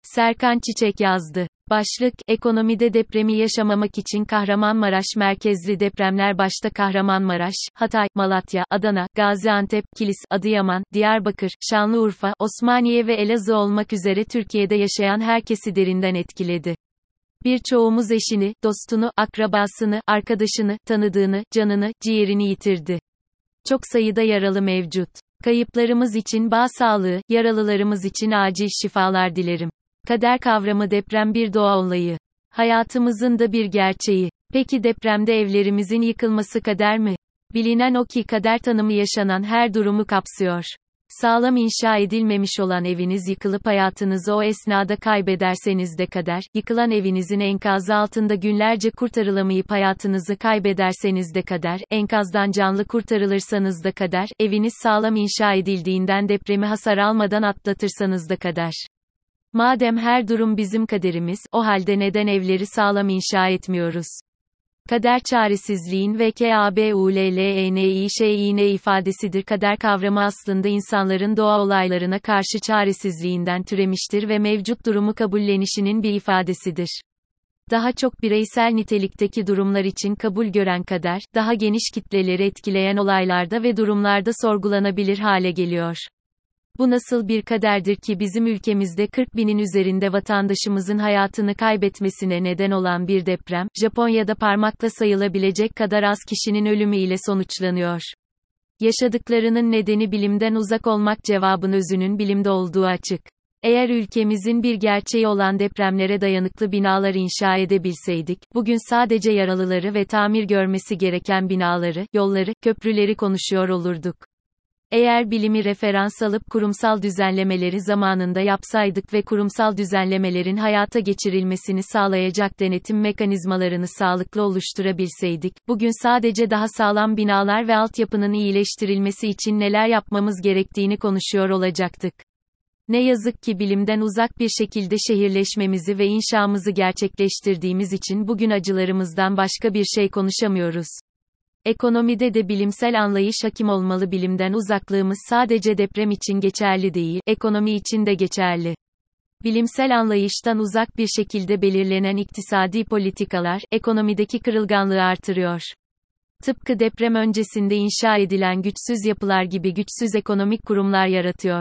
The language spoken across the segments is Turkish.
Serkan Çiçek yazdı. Başlık, ekonomide depremi yaşamamak için Kahramanmaraş merkezli depremler başta Kahramanmaraş, Hatay, Malatya, Adana, Gaziantep, Kilis, Adıyaman, Diyarbakır, Şanlıurfa, Osmaniye ve Elazığ olmak üzere Türkiye'de yaşayan herkesi derinden etkiledi. Birçoğumuz eşini, dostunu, akrabasını, arkadaşını, tanıdığını, canını, ciğerini yitirdi. Çok sayıda yaralı mevcut. Kayıplarımız için başsağlığı, yaralılarımız için acil şifalar dilerim. Kader kavramı deprem bir doğa olayı. Hayatımızın da bir gerçeği. Peki depremde evlerimizin yıkılması kader mi? Bilinen o ki kader tanımı yaşanan her durumu kapsıyor. Sağlam inşa edilmemiş olan eviniz yıkılıp hayatınızı o esnada kaybederseniz de kader, yıkılan evinizin enkazı altında günlerce kurtarılamayıp hayatınızı kaybederseniz de kader, enkazdan canlı kurtarılırsanız da kader, eviniz sağlam inşa edildiğinden depremi hasar almadan atlatırsanız da kader. Madem her durum bizim kaderimiz, o halde neden evleri sağlam inşa etmiyoruz? Kader çaresizliğin ve kabullenişin ifadesidir. Kader kavramı aslında insanların doğa olaylarına karşı çaresizliğinden türemiştir ve mevcut durumu kabullenişinin bir ifadesidir. Daha çok bireysel nitelikteki durumlar için kabul gören kader, daha geniş kitleleri etkileyen olaylarda ve durumlarda sorgulanabilir hale geliyor. Bu nasıl bir kaderdir ki bizim ülkemizde 40 binin üzerinde vatandaşımızın hayatını kaybetmesine neden olan bir deprem, Japonya'da parmakla sayılabilecek kadar az kişinin ölümüyle sonuçlanıyor. Yaşadıklarının nedeni bilimden uzak olmak, cevabın özünün bilimde olduğu açık. Eğer ülkemizin bir gerçeği olan depremlere dayanıklı binalar inşa edebilseydik, bugün sadece yaralıları ve tamir görmesi gereken binaları, yolları, köprüleri konuşuyor olurduk. Eğer bilimi referans alıp kurumsal düzenlemeleri zamanında yapsaydık ve kurumsal düzenlemelerin hayata geçirilmesini sağlayacak denetim mekanizmalarını sağlıklı oluşturabilseydik, bugün sadece daha sağlam binalar ve altyapının iyileştirilmesi için neler yapmamız gerektiğini konuşuyor olacaktık. Ne yazık ki bilimden uzak bir şekilde şehirleşmemizi ve inşamızı gerçekleştirdiğimiz için bugün acılarımızdan başka bir şey konuşamıyoruz. Ekonomide de bilimsel anlayış hakim olmalı. Bilimden uzaklığımız sadece deprem için geçerli değil, ekonomi için de geçerli. Bilimsel anlayıştan uzak bir şekilde belirlenen iktisadi politikalar, ekonomideki kırılganlığı artırıyor. Tıpkı deprem öncesinde inşa edilen güçsüz yapılar gibi güçsüz ekonomik kurumlar yaratıyor.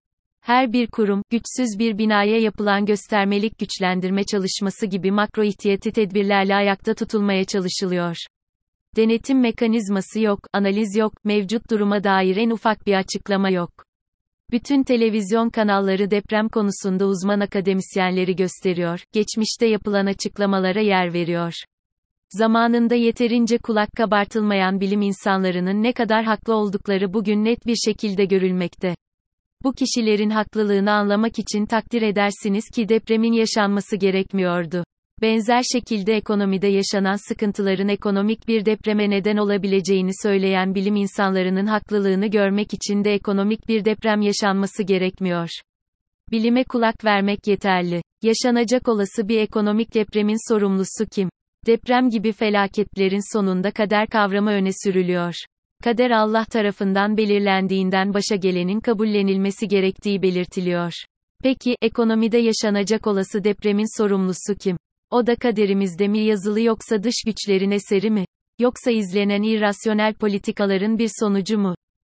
Her bir kurum, güçsüz bir binaya yapılan göstermelik güçlendirme çalışması gibi makro ihtiyati tedbirlerle ayakta tutulmaya çalışılıyor. Denetim mekanizması yok, analiz yok, mevcut duruma dair en ufak bir açıklama yok. Bütün televizyon kanalları deprem konusunda uzman akademisyenleri gösteriyor, geçmişte yapılan açıklamalara yer veriyor. Zamanında yeterince kulak kabartılmayan bilim insanlarının ne kadar haklı oldukları bugün net bir şekilde görülmekte. Bu kişilerin haklılığını anlamak için takdir edersiniz ki depremin yaşanması gerekmiyordu. Benzer şekilde ekonomide yaşanan sıkıntıların ekonomik bir depreme neden olabileceğini söyleyen bilim insanlarının haklılığını görmek için de ekonomik bir deprem yaşanması gerekmiyor. Bilime kulak vermek yeterli. Yaşanacak olası bir ekonomik depremin sorumlusu kim? Deprem gibi felaketlerin sonunda kader kavramı öne sürülüyor. Kader Allah tarafından belirlendiğinden başa gelenin kabullenilmesi gerektiği belirtiliyor. Peki, ekonomide yaşanacak olası depremin sorumlusu kim? O da kaderimizde mi yazılı, yoksa dış güçlerin eseri mi? Yoksa izlenen irrasyonel politikaların bir sonucu mu?